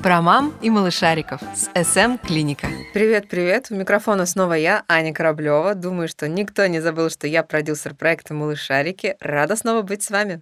Про мам и малышариков с СМ-клиника. Привет-привет, у микрофона снова я, Аня Кораблёва. Думаю, что никто не забыл, что я продюсер проекта «Малышарики». Рада снова быть с вами.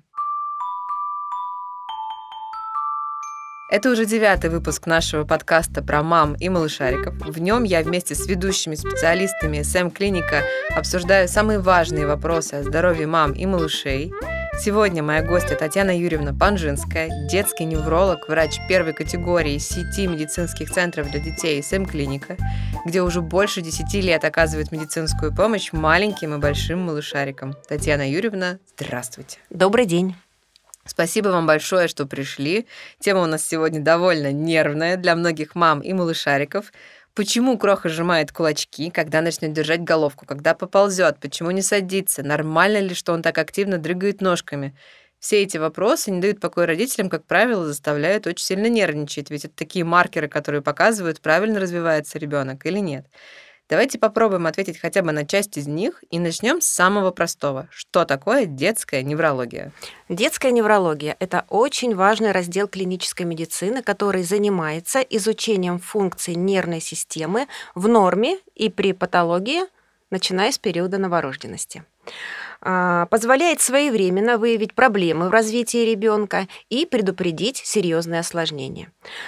Это уже 9-й выпуск нашего подкаста про мам и малышариков. В нем я вместе с ведущими специалистами СМ-клиника обсуждаю самые важные вопросы о здоровье мам и малышей. Сегодня моя гостья Татьяна Юрьевна Панжинская, детский невролог, врач первой категории сети медицинских центров для детей СМ-клиника, где уже больше 10 лет оказывает медицинскую помощь маленьким и большим малышарикам. Татьяна Юрьевна, здравствуйте. Добрый день. Спасибо вам большое, что пришли. Тема у нас сегодня довольно нервная для многих мам и малышариков. Почему Кроха сжимает кулачки, когда начнет держать головку, когда поползет, почему не садится, нормально ли, что он так активно дрыгает ножками? Все эти вопросы не дают покоя родителям, как правило, заставляют очень сильно нервничать, ведь это такие маркеры, которые показывают, правильно развивается ребенок или нет. Давайте попробуем ответить хотя бы на часть из них и начнем с самого простого. Что такое детская неврология? Детская неврология – это очень важный раздел клинической медицины, который занимается изучением функций нервной системы в норме и при патологии, начиная с периода новорожденности. Позволяет своевременно выявить проблемы в развитии ребенка и предупредить серьезные осложнения.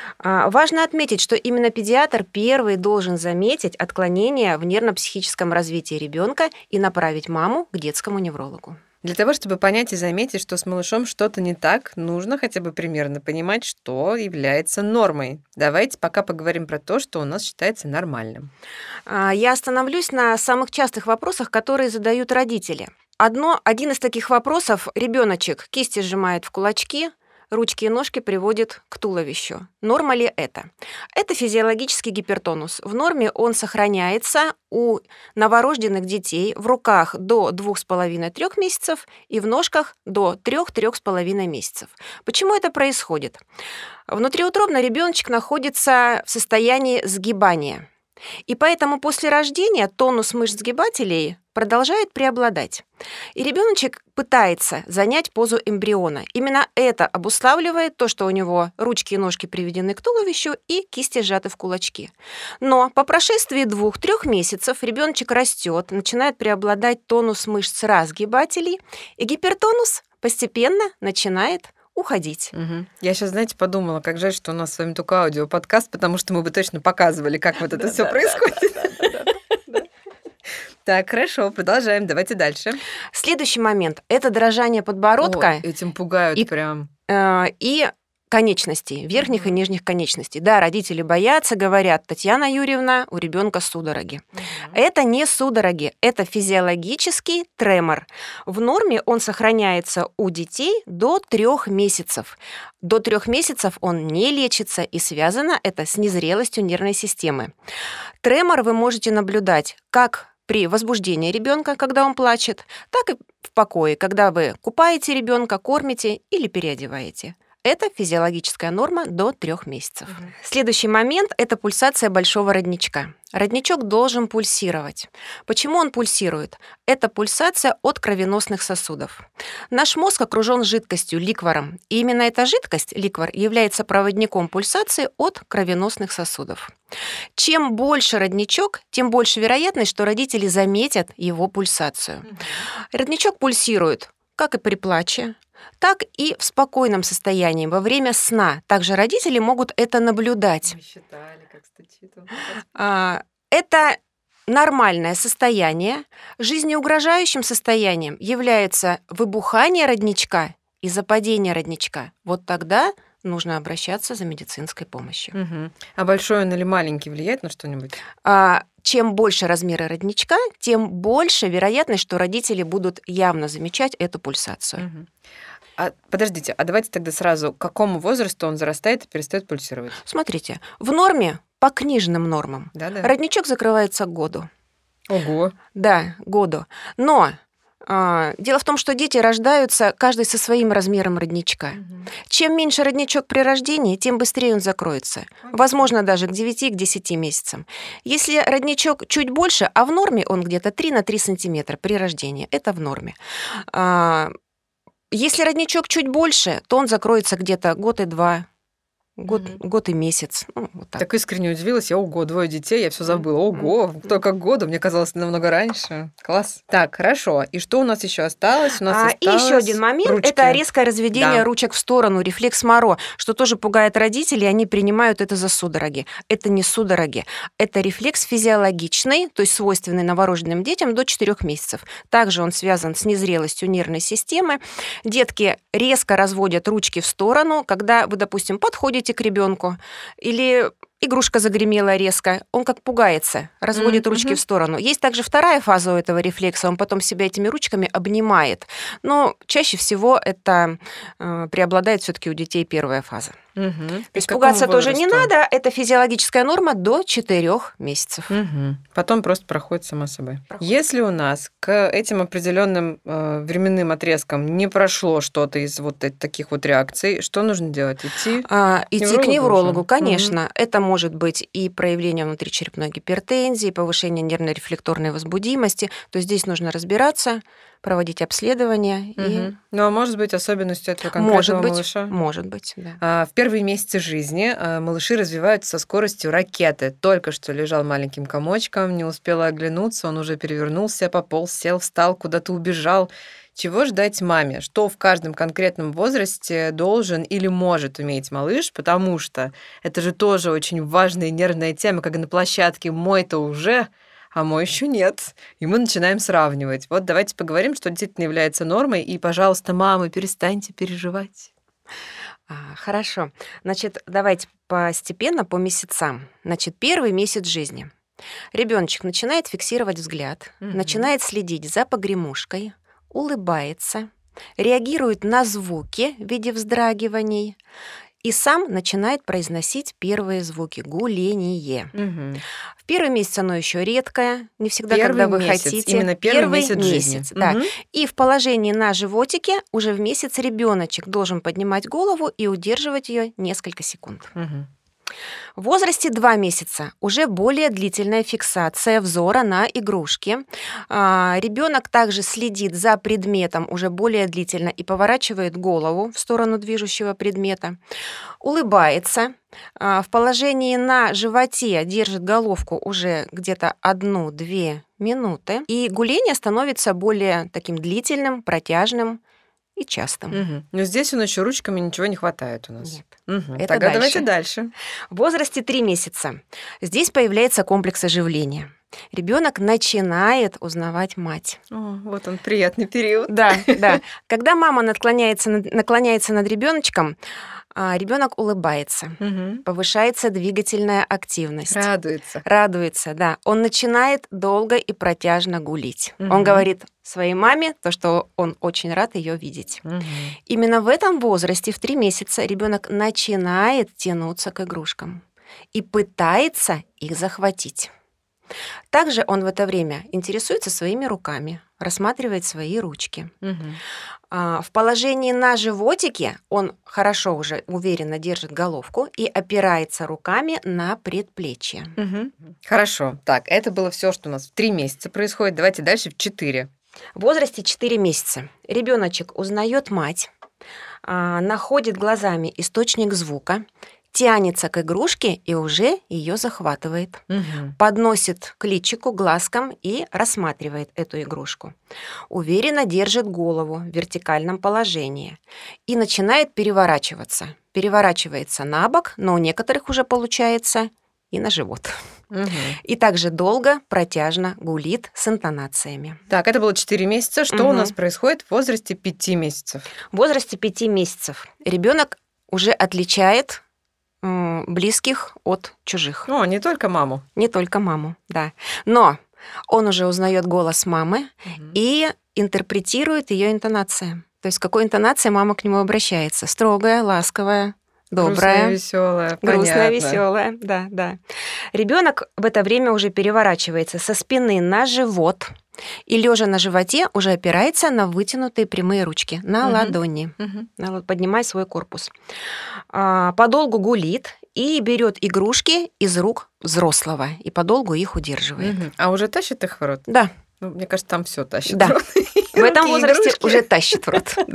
Важно отметить, что именно педиатр первый должен заметить отклонения в нервно-психическом развитии ребенка и направить маму к детскому неврологу. Для того, чтобы понять и заметить, что с малышом что-то не так, нужно хотя бы примерно понимать, что является нормой. Давайте пока поговорим про то, что у нас считается нормальным. Я остановлюсь на самых частых вопросах, которые задают родители. Один из таких вопросов: ребеночек кисти сжимает в кулачки, ручки и ножки приводит к туловищу. Норма ли это? Это физиологический гипертонус. В норме он сохраняется у новорожденных детей в руках до 2,5-3 месяцев и в ножках до 3-3,5 месяцев. Почему это происходит? Внутриутробно ребеночек находится в состоянии сгибания. И поэтому после рождения тонус мышц сгибателей продолжает преобладать. И ребеночек пытается занять позу эмбриона. Именно это обуславливает то, что у него ручки и ножки приведены к туловищу и кисти сжаты в кулачки. Но по прошествии 2-3 месяцев ребеночек растет, начинает преобладать тонус мышц разгибателей, и гипертонус постепенно начинает уходить. Угу. Я сейчас, знаете, подумала, как жаль, что у нас с вами только аудиоподкаст, потому что мы бы точно показывали, как вот это все происходит. Так, хорошо, продолжаем. Давайте дальше. Следующий момент – это дрожание подбородка. Этим пугают прям. И конечностей, верхних и нижних конечностей. Да, родители боятся, говорят: Татьяна Юрьевна, у ребенка судороги. Это не судороги, это физиологический тремор. В норме он сохраняется у детей до 3 месяцев. До 3 месяцев он не лечится, и связано это с незрелостью нервной системы. Тремор вы можете наблюдать как при возбуждении ребенка, когда он плачет, так и в покое, когда вы купаете ребенка, кормите или переодеваете. Это физиологическая норма до 3 месяцев. Следующий момент – это пульсация большого родничка. Родничок должен пульсировать. Почему он пульсирует? Это пульсация от кровеносных сосудов. Наш мозг окружен жидкостью, ликвором. И именно эта жидкость, ликвор, является проводником пульсации от кровеносных сосудов. Чем больше родничок, тем больше вероятность, что родители заметят его пульсацию. Родничок пульсирует как и при плаче, так и в спокойном состоянии во время сна. Также родители могут это наблюдать. Мы считали, как стучит. Это нормальное состояние. Жизнеугрожающим состоянием является выбухание родничка и западение родничка. Вот тогда нужно обращаться за медицинской помощью. Угу. А большой он или маленький влияет на что-нибудь? Чем больше размеры родничка, тем больше вероятность, что родители будут явно замечать эту пульсацию. Угу. Подождите, давайте тогда сразу, к какому возрасту он зарастает и перестает пульсировать? Смотрите, в норме, по книжным нормам, родничок закрывается к году. Ого! Да, году. Но дело в том, что дети рождаются каждый со своим размером родничка. Чем меньше родничок при рождении, тем быстрее он закроется. Возможно, даже к 9-10 месяцам. Если родничок чуть больше, а в норме он где-то 3 на 3 сантиметра при рождении, это в норме. Если родничок чуть больше, то он закроется где-то год и 2. год и месяц. Ну, вот так. Так искренне удивилась. Я, ого, 2 детей, я все забыла. Ого, только к году, мне казалось, намного раньше. Класс. Так, хорошо. И что у нас еще осталось? У нас И еще один момент ручки. это резкое разведение Да. ручек в сторону, рефлекс Моро, что тоже пугает родителей, они принимают это за судороги. Это не судороги, это рефлекс физиологичный, то есть свойственный новорожденным детям до 4 месяцев. Также он связан с незрелостью нервной системы. Детки резко разводят ручки в сторону, когда вы, допустим, подходите к ребенку или игрушка загремела резко, он как пугается, разводит ручки в сторону. Есть также вторая фаза у этого рефлекса, он потом себя этими ручками обнимает. Но чаще всего это преобладает все-таки у детей первая фаза. То есть пугаться тоже не надо, это физиологическая норма до 4 месяцев. Потом просто проходит сама собой. Если у нас к этим определенным временным отрезкам не прошло что-то из вот таких вот реакций, что нужно делать? Идти к неврологу, конечно. Это может быть и проявление внутричерепной гипертензии, повышение нервно-рефлекторной возбудимости. То есть здесь нужно разбираться, проводить обследование. Ну, а может быть особенностью этого конкретного малыша? Может быть, да. В первые месяцы жизни малыши развиваются со скоростью ракеты. Только что лежал маленьким комочком, не успела оглянуться, он уже перевернулся, пополз, сел, встал, куда-то убежал. Чего ждать маме? Что в каждом конкретном возрасте должен или может уметь малыш? Потому что это же тоже очень важная и нервная тема, когда на площадке мой-то уже, а мой еще нет. И мы начинаем сравнивать. Вот давайте поговорим, что действительно является нормой. И, пожалуйста, мамы, перестаньте переживать. Хорошо. Значит, давайте постепенно по месяцам. Значит, первый месяц жизни. Ребеночек начинает фиксировать взгляд, начинает следить за погремушкой, улыбается, реагирует на звуки в виде вздрагиваний и сам начинает произносить первые звуки гуление. В первый месяц оно еще редкое, не всегда, когда вы хотите. Именно первый месяц жизни. Да. И в положении на животике уже в месяц ребеночек должен поднимать голову и удерживать ее несколько секунд. В возрасте 2 месяца уже более длительная фиксация взора на игрушке. Ребенок также следит за предметом уже более длительно и поворачивает голову в сторону движущего предмета, улыбается. В положении на животе держит головку уже где-то 1-2 минуты. И гуление становится более таким длительным, протяжным и частым. Но здесь он еще ручками ничего не хватает у нас. Нет. Это тогда давайте дальше. В возрасте 3 месяца здесь появляется комплекс оживления. Ребенок начинает узнавать мать. Вот он, приятный период. Да. Когда мама наклоняется над ребеночком, ребенок улыбается, повышается двигательная активность. Радуется, да. Он начинает долго и протяжно гулить. Он говорит своей маме то, что он очень рад ее видеть. Именно в этом возрасте, в 3 месяца, ребенок начинает тянуться к игрушкам и пытается их захватить. Также он в это время интересуется своими руками, рассматривает свои ручки. В положении на животике он хорошо уже уверенно держит головку и опирается руками на предплечье. Хорошо. Так, это было все, что у нас в 3 месяца происходит. Давайте дальше в 4. В возрасте 4 месяца ребеночек узнает мать, находит глазами источник звука, тянется к игрушке и уже ее захватывает. Подносит к личику, глазкам и рассматривает эту игрушку. Уверенно держит голову в вертикальном положении и начинает переворачиваться. Переворачивается на бок, но у некоторых уже получается и на живот. И также долго, протяжно гулит с интонациями. Так, это было 4 месяца. Что у нас происходит в возрасте 5 месяцев? В возрасте 5 месяцев ребенок уже отличает близких от чужих. Не только маму. Не только маму, да. Но он уже узнает голос мамы и интерпретирует ее интонации. То есть, с какой интонацией мама к нему обращается? Строгая, ласковая, добрая. Грустная, веселая, да. Ребенок в это время уже переворачивается со спины на живот и, лежа на животе, уже опирается на вытянутые прямые ручки, на ладони, поднимая свой корпус. Подолгу гулит и берет игрушки из рук взрослого и подолгу их удерживает. А уже тащит их в рот? Да. Мне кажется, там все тащит в рот. В этом Руки, возрасте игрушки. уже тащит в рот. Да.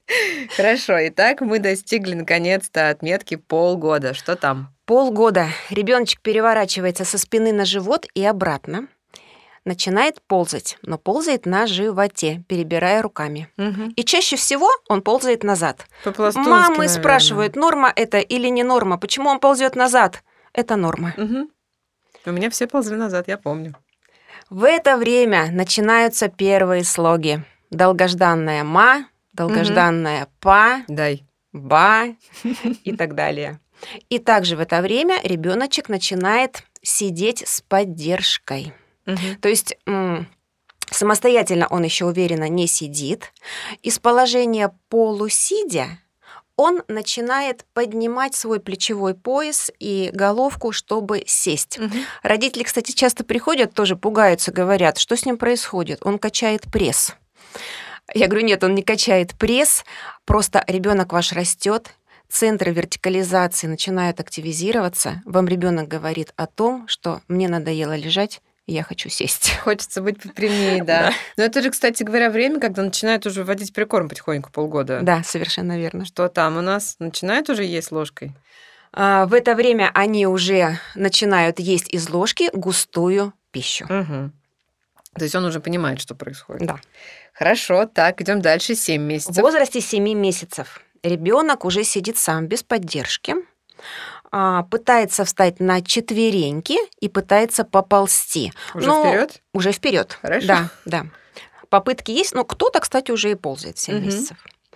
Хорошо, итак, мы достигли наконец-то отметки полгода. Что там? Полгода ребеночек переворачивается со спины на живот и обратно. Начинает ползать, но ползает на животе, перебирая руками. Мгм. И чаще всего он ползает назад. По-пластунски, Мамы наверное. спрашивают, норма это или не норма, почему он ползет назад? Это норма. Мгм. У меня все ползли назад, я помню. В это время начинаются первые слоги. Долгожданная ма, долгожданная па, Дай. ба и так далее. И также в это время ребеночек начинает сидеть с поддержкой. Мгм. То есть самостоятельно он еще уверенно не сидит. Из положения полусидя он начинает поднимать свой плечевой пояс и головку, чтобы сесть. Мгм. Родители, кстати, часто приходят, тоже пугаются, говорят, что с ним происходит. Он качает пресс. Я говорю, нет, он не качает пресс, просто ребенок ваш растет, центры вертикализации начинают активизироваться. Вам ребенок говорит о том, что мне надоело лежать, и я хочу сесть. Хочется быть попрямее, да. Но это же, кстати говоря, время, когда начинают уже вводить прикорм потихоньку, полгода. Да, совершенно верно. Что там у нас? Начинают уже есть ложкой? В это время они уже начинают есть из ложки густую пищу. Мгм. То есть он уже понимает, что происходит. Да. Хорошо, так, идем дальше. 7 В месяцев. возрасте 7 месяцев ребенок уже сидит сам без поддержки, пытается встать на четвереньки и пытается поползти. Уже Ну, вперед? Уже вперед. Хорошо. Да, да. Попытки есть, но кто-то, кстати, уже и ползает 7 Мгм. месяцев.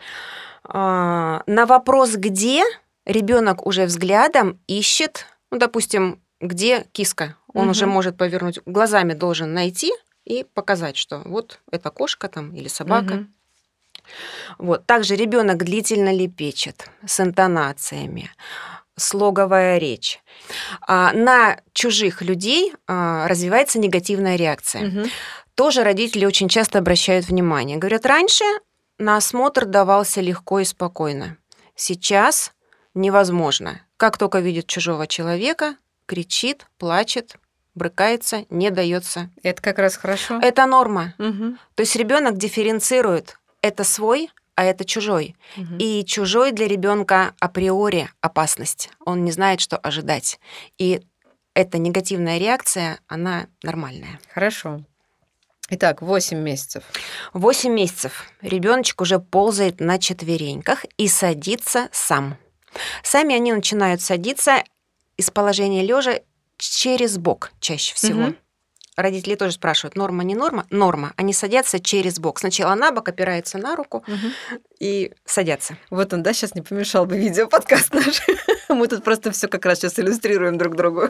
На вопрос, где, ребенок уже взглядом ищет, ну, допустим, где киска. Он уже Мгм. может повернуть, глазами должен найти и показать, что вот это кошка там или собака. Мгм. Вот. Также ребенок длительно лепечет с интонациями, слоговая речь. На чужих людей развивается негативная реакция. Мгм. Тоже родители очень часто обращают внимание. Говорят, раньше на осмотр давался легко и спокойно. Сейчас невозможно. Как только видит чужого человека, кричит, плачет, брыкается, не дается. Это как раз хорошо. Это норма. Мгм. То есть ребенок дифференцирует. Это свой, а это чужой. Мгм. И чужой для ребенка априори опасность. Он не знает, что ожидать. И эта негативная реакция, она нормальная. Хорошо. Итак, 8 месяцев. 8 месяцев ребеночек уже ползает на четвереньках и садится сам. Сами они начинают садиться из положения лежа через бок чаще всего. Мгм. Родители тоже спрашивают, норма, не норма? Норма. Они садятся через бок. Сначала на бок, опираются на руку Мгм. и садятся. Вот он, да, сейчас не помешал бы видео-подкаст наш. Мы тут просто все как раз сейчас иллюстрируем друг другу.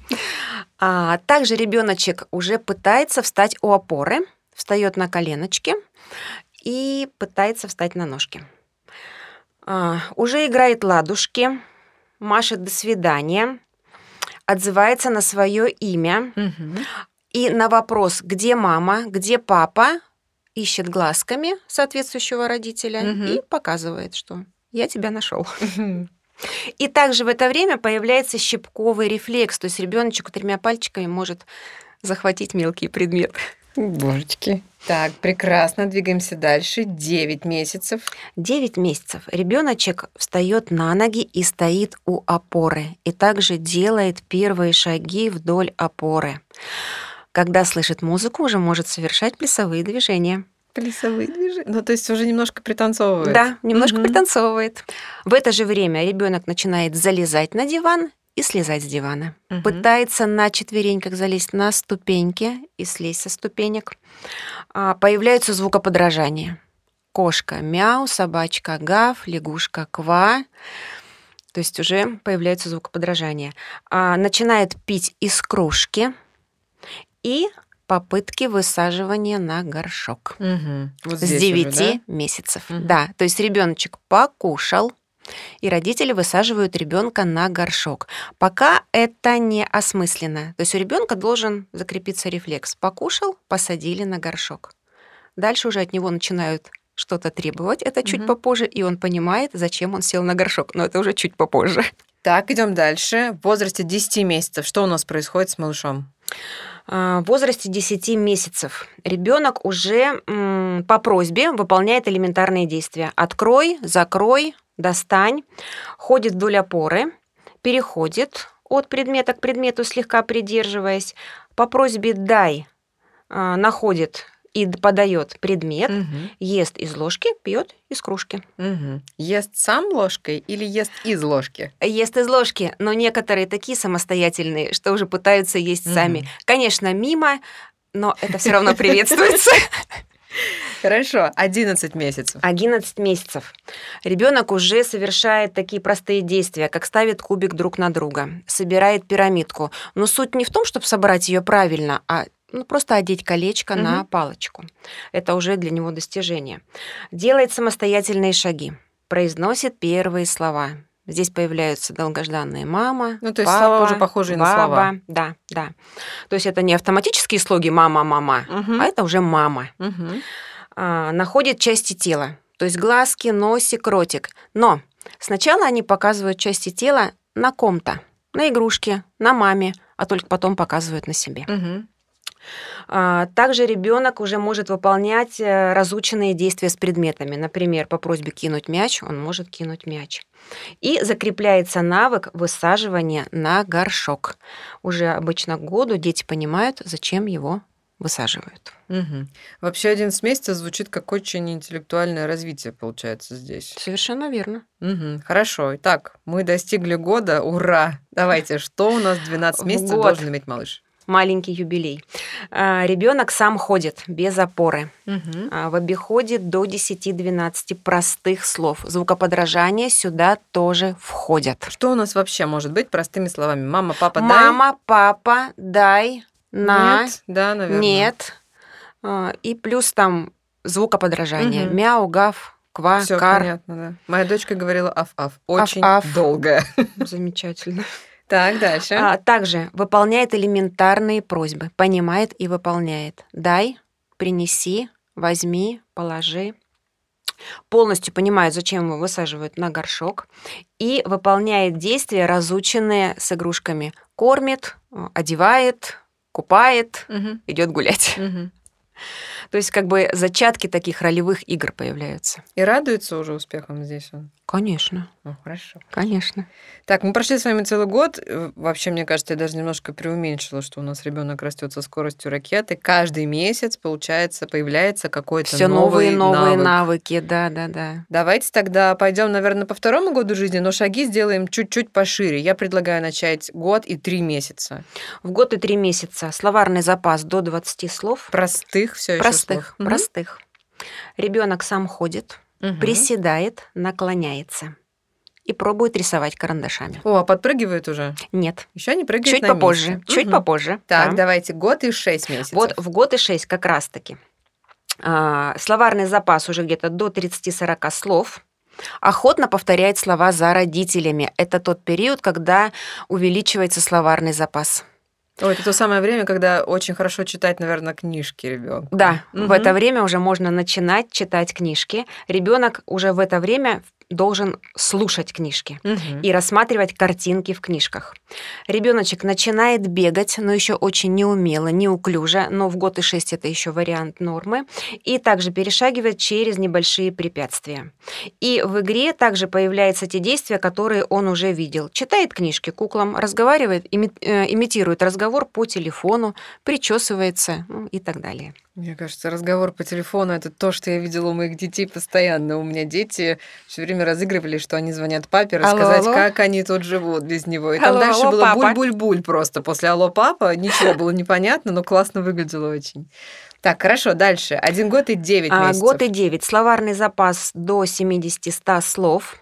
Также ребеночек уже пытается встать у опоры, встает на коленочки и пытается встать на ножки. Уже играет ладушки, машет до свидания, отзывается на свое имя. Мгм. И на вопрос, где мама, где папа, ищет глазками соответствующего родителя Мгм. и показывает, что я тебя нашел. Мгм. И также в это время появляется щипковый рефлекс, то есть ребеночек 3 пальчиками может захватить мелкий предмет. Божечки. Так, прекрасно. Двигаемся дальше. 9 месяцев. 9 месяцев. Ребеночек встает на ноги и стоит у опоры, и также делает первые шаги вдоль опоры. Когда слышит музыку, уже может совершать плясовые движения. Плясовые движения. Ну, то есть уже немножко пританцовывает. Да, немножко Мгм. пританцовывает. В это же время ребенок начинает залезать на диван и слезать с дивана. Мгм. Пытается на четвереньках залезть на ступеньки и слезть со ступенек. Появляются звукоподражания. Кошка мяу, собачка гав, лягушка ква. То есть уже появляются звукоподражания. Начинает пить из кружки и попытки высаживания на горшок. Мгм. Вот С здесь 9 уже, да? месяцев. Мгм. Да, то есть ребеночек покушал, и родители высаживают ребенка на горшок. Пока это не осмысленно. То есть у ребенка должен закрепиться рефлекс. Покушал, посадили на горшок. Дальше уже от него начинают что-то требовать, это чуть Мгм. попозже, и он понимает, зачем он сел на горшок, но это уже чуть попозже. Так, идем дальше. В возрасте 10 месяцев. Что у нас происходит с малышом? В возрасте 10 месяцев ребенок уже по просьбе выполняет элементарные действия. Открой, закрой, достань, ходит вдоль опоры, переходит от предмета к предмету, слегка придерживаясь. По просьбе дай находит и подает предмет, ест из ложки, пьет из кружки. Ест сам ложкой или ест из ложки? Ест из ложки, но некоторые такие самостоятельные, что уже пытаются есть сами. Конечно, мимо, но это все равно приветствуется. Хорошо, 11 месяцев. 11 месяцев. Ребенок уже совершает такие простые действия, как ставит кубик друг на друга, собирает пирамидку. Но суть не в том, чтобы собрать ее правильно, а просто одеть колечко на палочку. Это уже для него достижение. Делает самостоятельные шаги, произносит первые слова. Здесь появляются долгожданные мама, то есть папа, слова уже похожие баба. на слова. Да. То есть это не автоматические слоги «мама-мама», а это уже «мама». Находит части тела, то есть глазки, носик, ротик. Но сначала они показывают части тела на ком-то, на игрушке, на маме, а только потом показывают на себе. Также ребенок уже может выполнять разученные действия с предметами. Например, по просьбе кинуть мяч, он может кинуть мяч. И закрепляется навык высаживания на горшок. Уже обычно к году дети понимают, зачем его высаживают. Вообще 11 месяцев звучит как очень интеллектуальное развитие, получается, здесь. Совершенно верно. Хорошо. Итак, мы достигли года. Ура! Давайте, что у нас 12 месяцев должен иметь малыш? Маленький юбилей. Ребенок сам ходит без опоры. В обиходе до 10-12 простых слов. Звукоподражания сюда тоже входят. Что у нас вообще может быть простыми словами? Мама, папа, дай? Мама, папа, дай, на, нет, да, наверное. Нет. И плюс там звукоподражание. Мяу, гав, ква, Всё кар. понятно, да. Моя дочка говорила аф-аф. Очень Аф-аф. долго. Замечательно. Так, дальше. Также выполняет элементарные просьбы, понимает и выполняет. Дай, принеси, возьми, положи. Полностью понимает, зачем его высаживают на горшок. И выполняет действия, разученные с игрушками. Кормит, одевает, купает, идет гулять. То есть как бы зачатки таких ролевых игр появляются. И радуется уже успехом здесь он? Конечно. Хорошо. Конечно. Так, мы прошли с вами целый год. Вообще, мне кажется, я даже немножко преуменьшила, что у нас ребенок растет со скоростью ракеты. Каждый месяц, получается, появляется какой-то Все новый новые навык. навыки, да. Давайте тогда пойдем, наверное, по второму году жизни, но шаги сделаем чуть-чуть пошире. Я предлагаю начать год и 3 месяца. В год и 3 месяца словарный запас до 20 слов. Простых все еще слов. Простых. Ребенок сам ходит, приседает, наклоняется и пробует рисовать карандашами. О, а подпрыгивает уже? Нет. Еще не прыгает Чуть на попозже. месте. Чуть попозже. Так, да. давайте год и 6 месяцев. Вот в год и 6 как раз-таки. Словарный запас уже где-то до 30-40 слов. Охотно повторяет слова за родителями. Это тот период, когда увеличивается словарный запас. Ой, это то самое время, когда очень хорошо читать, наверное, книжки ребенку. Да, в это время уже можно начинать читать книжки. Ребенок уже в это время должен слушать книжки и рассматривать картинки в книжках. Ребеночек начинает бегать, но еще очень неумело, неуклюже, но в год и 6 это еще вариант нормы, и также перешагивает через небольшие препятствия. И в игре также появляются те действия, которые он уже видел. Читает книжки куклам, разговаривает, имитирует разговор по телефону, причесывается, и так далее. Мне кажется, разговор по телефону — это то, что я видела у моих детей постоянно. У меня дети все время разыгрывали, что они звонят папе, рассказать, как они тут живут без него. И там дальше было буль-буль-буль просто. После «Алло, папа» ничего было непонятно, но классно выглядело очень. Так, хорошо, дальше. 1 год и 9 месяцев. Год и 9. Словарный запас до 70-100 слов.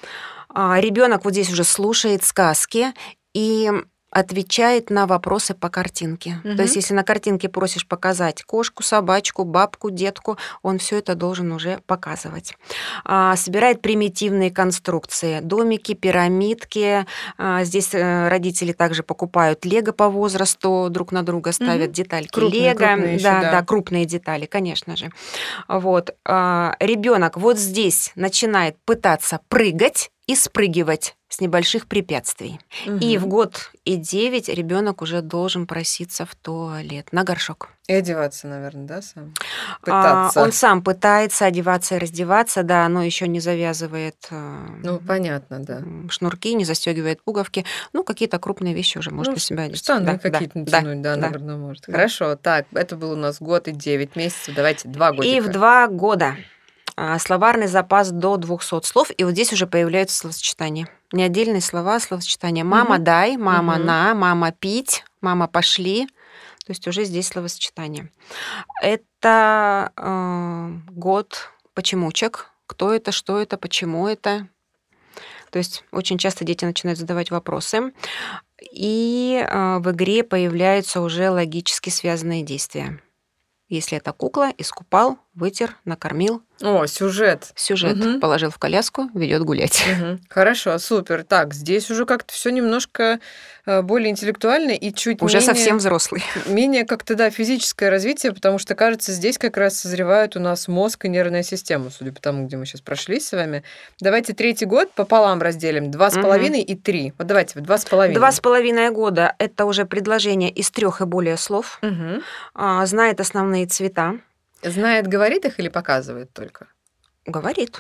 Ребенок вот здесь уже слушает сказки и отвечает на вопросы по картинке. То есть, если на картинке просишь показать кошку, собачку, бабку, детку, он все это должен уже показывать. Собирает примитивные конструкции, домики, пирамидки. Здесь родители также покупают лего по возрасту, друг на друга ставят детальки лего. Да, крупные детали, конечно же. Вот. Ребенок вот здесь начинает пытаться прыгать и спрыгивать с небольших препятствий. И в год и 9 ребенок уже должен проситься в туалет на горшок. И одеваться, наверное, да, сам? Пытаться. Он сам пытается одеваться и раздеваться, да, но еще не завязывает Ну, понятно, да. шнурки, не застегивает пуговки. Ну, какие-то крупные вещи уже может на себя одеть. Штаны Да, какие-то натянуть, да, наверное, может. Да. Хорошо, так, это был у нас год и 9 месяцев, давайте 2 годика. И в 2 года словарный запас до 200 слов, и вот здесь уже появляются словосочетания. Не отдельные слова, а словосочетания. Мама, дай, мама, на, мама, пить, мама, пошли. То есть уже здесь словосочетание. Это год почемучек. Кто это, что это, почему это. То есть очень часто дети начинают задавать вопросы. И в игре появляются уже логически связанные действия. Если это кукла, искупал, вытер, накормил. О, сюжет. Сюжет. Положил в коляску, ведет гулять. Хорошо, супер. Так, здесь уже как-то все немножко более интеллектуально и чуть Уже менее... совсем взрослый. Менее как-то, да, физическое развитие, потому что, кажется, здесь как раз созревают у нас мозг и нервная система, судя по тому, где мы сейчас прошли с вами. Давайте 3-й год пополам разделим. 2,5 и 3. Вот давайте, 2,5. 2,5 года – это уже предложение из 3 и более слов. Знает основные цвета. Знает, говорит их или показывает только? Говорит.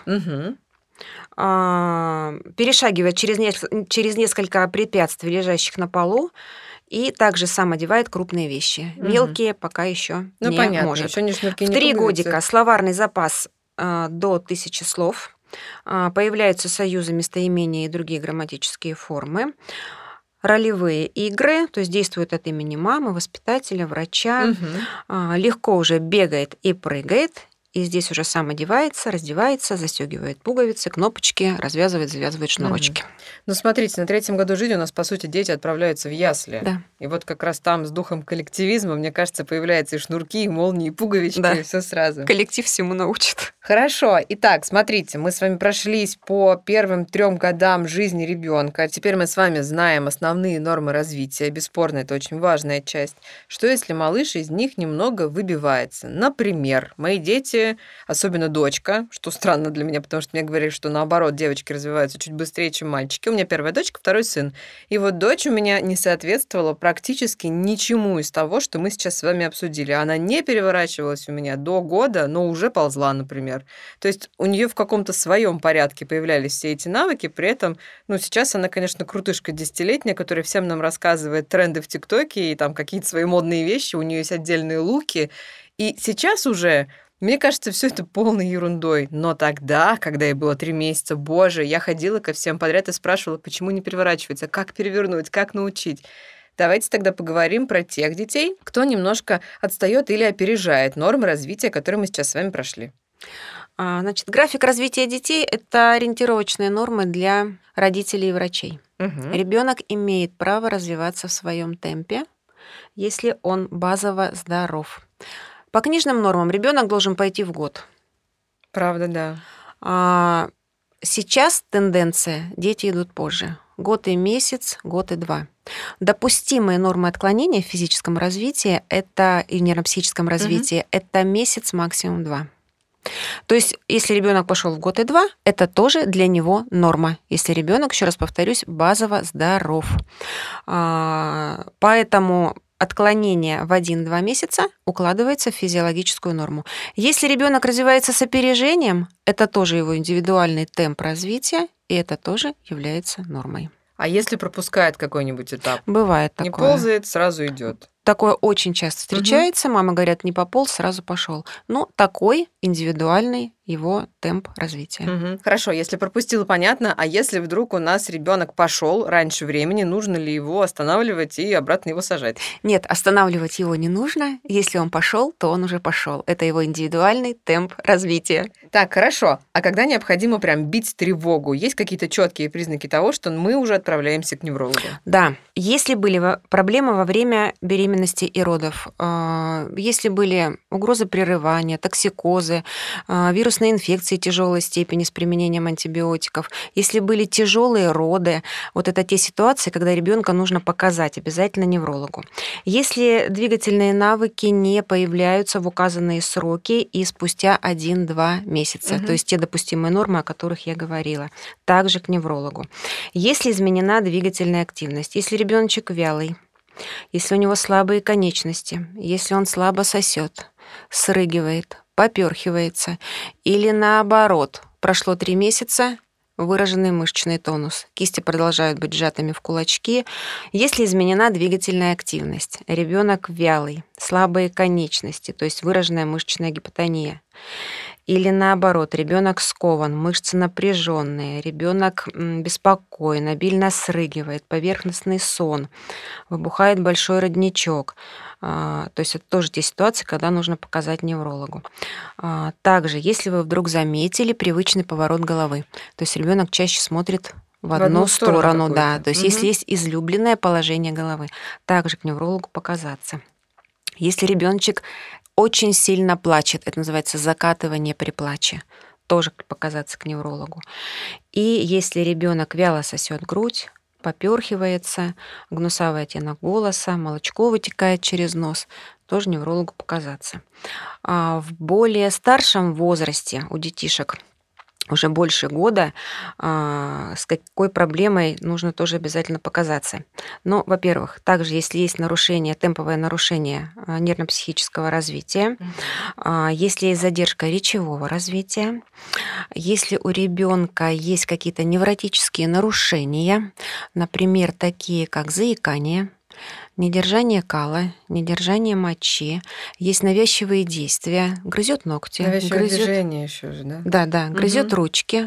Перешагивает через несколько препятствий, лежащих на полу, и также сам одевает крупные вещи. Мелкие пока еще не понятно, может. еще не шнурки, В не 3 пуговицы. годика словарный запас до 1000 слов. Появляются союзы, местоимения и другие грамматические формы. Ролевые игры, то есть действуют от имени мамы, воспитателя, врача. Легко уже бегает и прыгает. И здесь уже сам одевается, раздевается, застегивает пуговицы, кнопочки, развязывает, завязывает шнурочки. Ну, смотрите, на 3-м году жизни у нас, по сути, дети отправляются в ясли. Да. И вот как раз там с духом коллективизма, мне кажется, появляются и шнурки, и молнии, и пуговички, Да. и все сразу. Коллектив всему научит. Хорошо. Итак, смотрите, мы с вами прошлись по первым 3 годам жизни ребенка. Теперь мы с вами знаем основные нормы развития. Бесспорно, это очень важная часть. Что если малыш из них немного выбивается? Например, мои дети, особенно дочка, что странно для меня, потому что мне говорили, что наоборот, девочки развиваются чуть быстрее, чем мальчики. У меня первая дочка, второй сын. И вот дочь у меня не соответствовала практически ничему из того, что мы сейчас с вами обсудили. Она не переворачивалась у меня до года, но уже ползла, например. То есть у нее в каком-то своем порядке появлялись все эти навыки, при этом, ну, сейчас она, конечно, крутышка 10-летняя, которая всем нам рассказывает тренды в ТикТоке и там какие-то свои модные вещи, у нее есть отдельные луки. И сейчас уже, мне кажется, все это полной ерундой. Но тогда, когда ей было 3 месяца, боже, я ходила ко всем подряд и спрашивала, почему не переворачивается, как перевернуть, как научить. Давайте тогда поговорим про тех детей, кто немножко отстает или опережает нормы развития, которые мы сейчас с вами прошли. Значит, график развития детей – это ориентировочные нормы для родителей и врачей. Ребенок имеет право развиваться в своем темпе, если он базово здоров. По книжным нормам ребенок должен пойти в год. Правда, да. Сейчас тенденция – дети идут позже. Год и месяц, год и 2. Допустимые нормы отклонения в физическом развитии это, и в нейропсихическом развитии – это месяц, максимум 2. То есть, если ребенок пошел в год и 2, это тоже для него норма. Если ребенок, еще раз повторюсь, базово здоров. Поэтому отклонение в 1-2 месяца укладывается в физиологическую норму. Если ребенок развивается с опережением, это тоже его индивидуальный темп развития, и это тоже является нормой. А если пропускает какой-нибудь этап? Бывает Не такое. ползает, сразу идет. Такое очень часто встречается. Мамы говорят, не пополз, сразу пошел. Но такой индивидуальный его темп развития. Хорошо, если пропустил, понятно. А если вдруг у нас ребенок пошел раньше времени, нужно ли его останавливать и обратно его сажать? Нет, останавливать его не нужно. Если он пошел, то он уже пошел. Это его индивидуальный темп развития. Так, хорошо. А когда необходимо прям бить тревогу? Есть какие-то четкие признаки того, что мы уже отправляемся к неврологу? Да. Если были проблемы во время беременности и родов, если были угрозы прерывания, токсикозы, вирусные вирусные инфекции тяжелой степени с применением антибиотиков, если были тяжелые роды, вот это те ситуации, когда ребенка нужно показать обязательно неврологу. Если двигательные навыки не появляются в указанные сроки и спустя 1-2 месяца, то есть те допустимые нормы, о которых я говорила, также к неврологу. Если изменена двигательная активность, если ребеночек вялый, если у него слабые конечности, если он слабо сосет, срыгивает, попёрхивается, или наоборот, прошло 3 месяца, выраженный мышечный тонус, кисти продолжают быть сжатыми в кулачки, если изменена двигательная активность, ребенок вялый, слабые конечности, то есть выраженная мышечная гипотония, или наоборот, ребенок скован, мышцы напряженные, ребенок беспокоен, обильно срыгивает, поверхностный сон, выбухает большой родничок. То есть это тоже те ситуации, когда нужно показать неврологу. Также, если вы вдруг заметили привычный поворот головы, то есть ребенок чаще смотрит в одну сторону, да, то есть если есть излюбленное положение головы, также к неврологу показаться. Если ребеночек очень сильно плачет, это называется закатывание при плаче, тоже показаться к неврологу. И если ребенок вяло сосет грудь, попёрхивается, гнусавый оттенок голоса, молочко вытекает через нос, тоже неврологу показаться. В более старшем возрасте у детишек уже больше года, с какой проблемой нужно тоже обязательно показаться. Ну, во-первых, также, если есть нарушение, темповое нарушение нервно-психического развития, если есть задержка речевого развития, если у ребенка есть какие-то невротические нарушения, например, такие как заикание, недержание кала, недержание мочи, есть навязчивые действия, грызет ногти, Навязчивое движение еще же, да? Да, грызет ручки,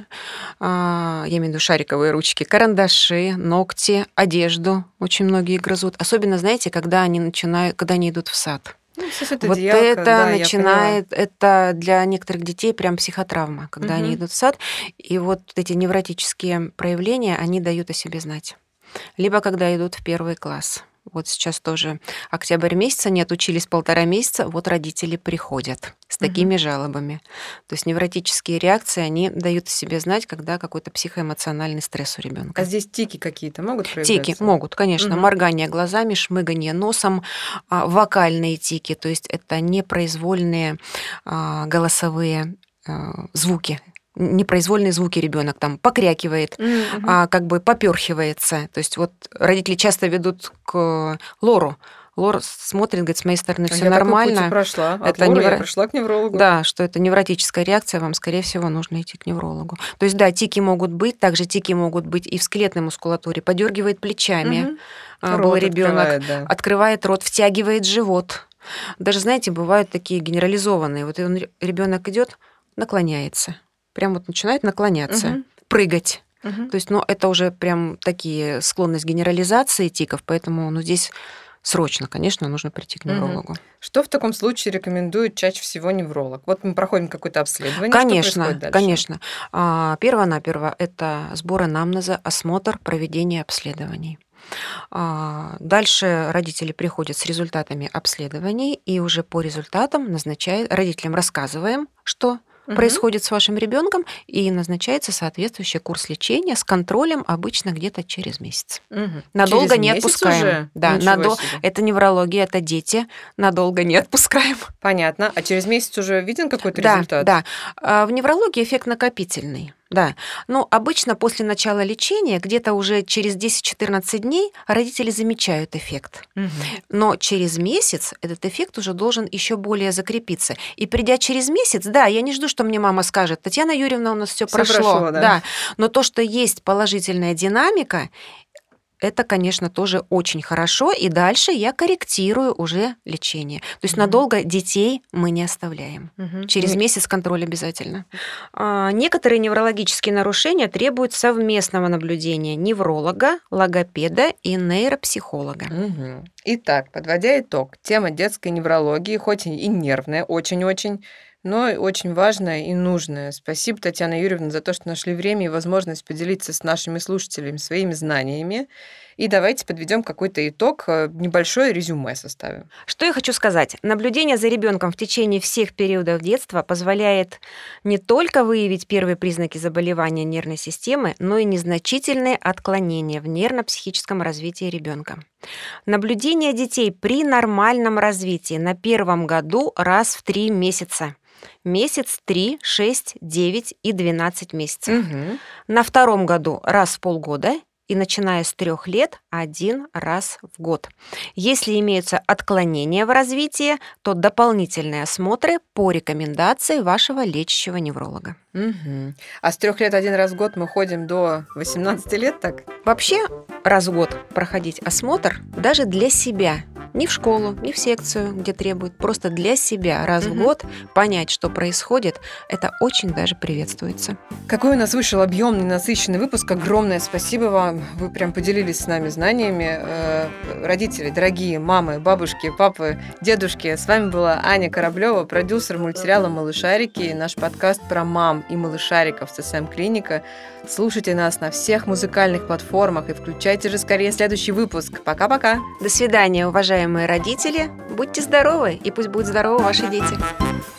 я имею в виду шариковые ручки, карандаши, ногти, одежду очень многие грызут. Особенно, знаете, когда они идут в сад. Вот это начинает, это для некоторых детей прям психотравма, когда они идут в сад, и вот эти невротические проявления, они дают о себе знать. Либо когда идут в 1 класс. Вот сейчас тоже октябрь месяц, они отучились 1,5 месяца, вот родители приходят с такими жалобами. То есть невротические реакции, они дают о себе знать, когда какой-то психоэмоциональный стресс у ребенка. А здесь тики какие-то могут проявляться? Тики могут, конечно. Моргание глазами, шмыгание носом, вокальные тики, то есть это непроизвольные голосовые звуки. Непроизвольные звуки ребенок там покрякивает, как бы попёрхивается. То есть вот родители часто ведут к лору. Лор смотрит, говорит, с моей стороны все нормально. Я такой путь прошла. От лора я пришла к неврологу. Да, что это невротическая реакция, вам, скорее всего, нужно идти к неврологу. То есть, да, тики могут быть, также тики могут быть и в скелетной мускулатуре. Подергивает плечами. Был ребенок, открывает рот, втягивает живот. Даже, знаете, бывают такие генерализованные. Вот ребенок идет, наклоняется. Прям вот начинает наклоняться, прыгать. То есть, это уже прям такие склонность к генерализации тиков, поэтому здесь срочно, конечно, нужно прийти к неврологу. Что в таком случае рекомендует чаще всего невролог? Вот мы проходим какое-то обследование, конечно, что происходит дальше? Конечно. Перво-наперво это сбор анамнеза, осмотр, проведение обследований. Дальше родители приходят с результатами обследований, и уже по результатам родителям рассказываем, что происходит с вашим ребенком, и назначается соответствующий курс лечения с контролем обычно где-то через месяц. Надолго через не месяц отпускаем. Уже? Да, это неврология, это дети, надолго не отпускаем. Понятно. А через месяц уже виден какой-то результат? Да. В неврологии эффект накопительный. Да. Обычно после начала лечения, где-то уже через 10-14 дней родители замечают эффект. Но через месяц этот эффект уже должен еще более закрепиться. И придя через месяц, да, я не жду, что мне мама скажет: Татьяна Юрьевна, у нас все прошло. Да. Но то, что есть положительная динамика, это, конечно, тоже очень хорошо, и дальше я корректирую уже лечение. То есть надолго детей мы не оставляем. Через месяц контроль обязательно. Некоторые неврологические нарушения требуют совместного наблюдения невролога, логопеда и нейропсихолога. Итак, подводя итог, тема детской неврологии, хоть и нервная, очень-очень, но очень важное и нужное. Спасибо, Татьяна Юрьевна, за то, что нашли время и возможность поделиться с нашими слушателями своими знаниями. И давайте подведем какой-то итог, небольшое резюме составим. Что я хочу сказать? Наблюдение за ребенком в течение всех периодов детства позволяет не только выявить первые признаки заболевания нервной системы, но и незначительные отклонения в нервно-психическом развитии ребенка. Наблюдение детей при нормальном развитии на первом году раз в 3 месяца. Месяц, 3, 6, 9 и 12 месяцев. На втором году раз в полгода и начиная с 3 лет 1 раз в год. Если имеются отклонения в развитии, то дополнительные осмотры по рекомендации вашего лечащего невролога. А с 3 лет 1 раз в год мы ходим до 18 лет, так? Вообще, раз в год проходить осмотр даже для себя. Не в школу, не в секцию, где требуют, просто для себя раз в год понять, что происходит, это очень даже приветствуется. Какой у нас вышел объемный, насыщенный выпуск. Огромное спасибо вам. Вы прям поделились с нами знаниями. Родители, дорогие мамы, бабушки, папы, дедушки. С вами была Аня Кораблева, продюсер мультсериала «Малышарики» и наш подкаст про мам и малышариков с СМ Клиника. Слушайте нас на всех музыкальных платформах и включайте же скорее следующий выпуск. Пока-пока. До свидания, уважаемые родители. Будьте здоровы, и пусть будут здоровы ваши дети.